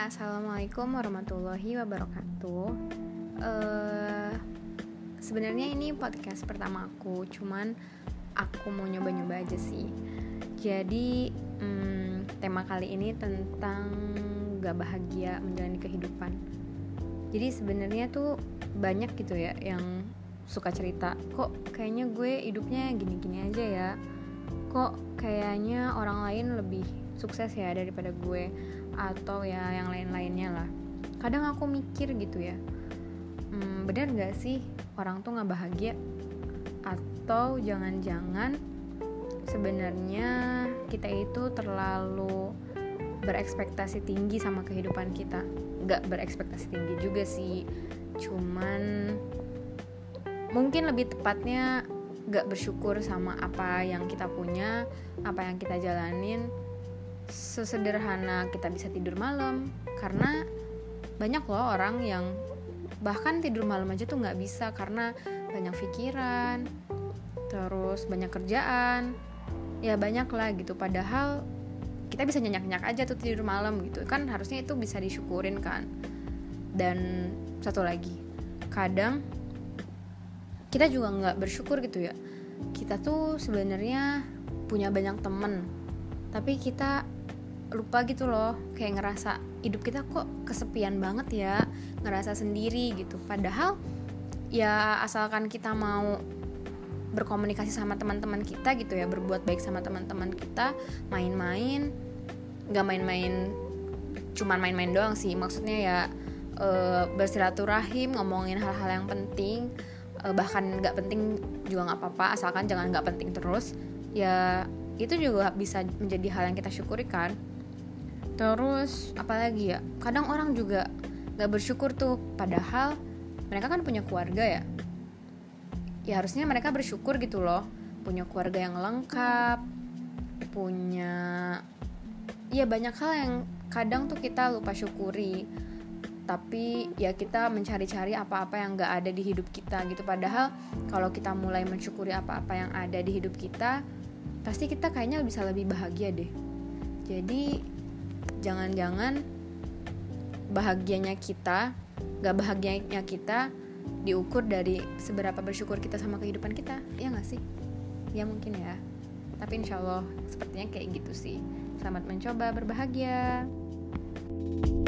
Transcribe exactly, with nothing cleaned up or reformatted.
Assalamualaikum warahmatullahi wabarakatuh. Uh, Sebenarnya ini podcast pertama aku, cuman aku mau nyoba-nyoba aja sih. Jadi um, tema kali ini tentang gak bahagia menjalani kehidupan. Jadi sebenarnya tuh banyak gitu ya yang suka cerita, kok kayaknya gue hidupnya gini-gini aja ya, kok kayaknya orang lain lebih sukses ya daripada gue, atau ya yang lain-lainnya lah. Kadang aku mikir gitu ya, hmm, benar gak sih orang tuh gak bahagia? Atau jangan-jangan sebenarnya kita itu terlalu berekspektasi tinggi sama kehidupan kita. Gak berekspektasi tinggi juga sih, cuman mungkin lebih tepatnya gak bersyukur sama apa yang kita punya, apa yang kita jalanin. Sesederhana kita bisa tidur malam, karena banyak loh orang yang bahkan tidur malam aja tuh gak bisa karena banyak pikiran, terus banyak kerjaan, ya banyak lah gitu. Padahal kita bisa nyenyak-nyenyak aja tuh tidur malam gitu, kan harusnya itu bisa disyukurin kan. Dan satu lagi, kadang kita juga gak bersyukur gitu ya. Kita tuh sebenarnya punya banyak temen, tapi kita lupa gitu loh, kayak ngerasa hidup kita kok kesepian banget ya, ngerasa sendiri gitu. Padahal ya asalkan kita mau berkomunikasi sama teman-teman kita gitu ya, berbuat baik sama teman-teman kita, main-main, gak main-main cuman main-main doang sih, maksudnya ya e, bersilaturahim, ngomongin hal-hal yang penting, e, bahkan gak penting juga gak apa-apa, asalkan jangan gak penting terus, ya itu juga bisa menjadi hal yang kita syukuri kan. Terus apalagi ya, kadang orang juga gak bersyukur tuh, padahal mereka kan punya keluarga ya. Ya harusnya mereka bersyukur gitu loh, punya keluarga yang lengkap, punya ya banyak hal yang kadang tuh kita lupa syukuri. Tapi ya kita mencari-cari apa-apa yang gak ada di hidup kita gitu. Padahal kalau kita mulai mensyukuri apa-apa yang ada di hidup kita, pasti kita kayaknya bisa lebih bahagia deh. Jadi jangan-jangan bahagianya kita, gak bahagianya kita diukur dari seberapa bersyukur kita sama kehidupan kita, ya gak sih? Ya mungkin ya, tapi insya Allah sepertinya kayak gitu sih. Selamat mencoba berbahagia.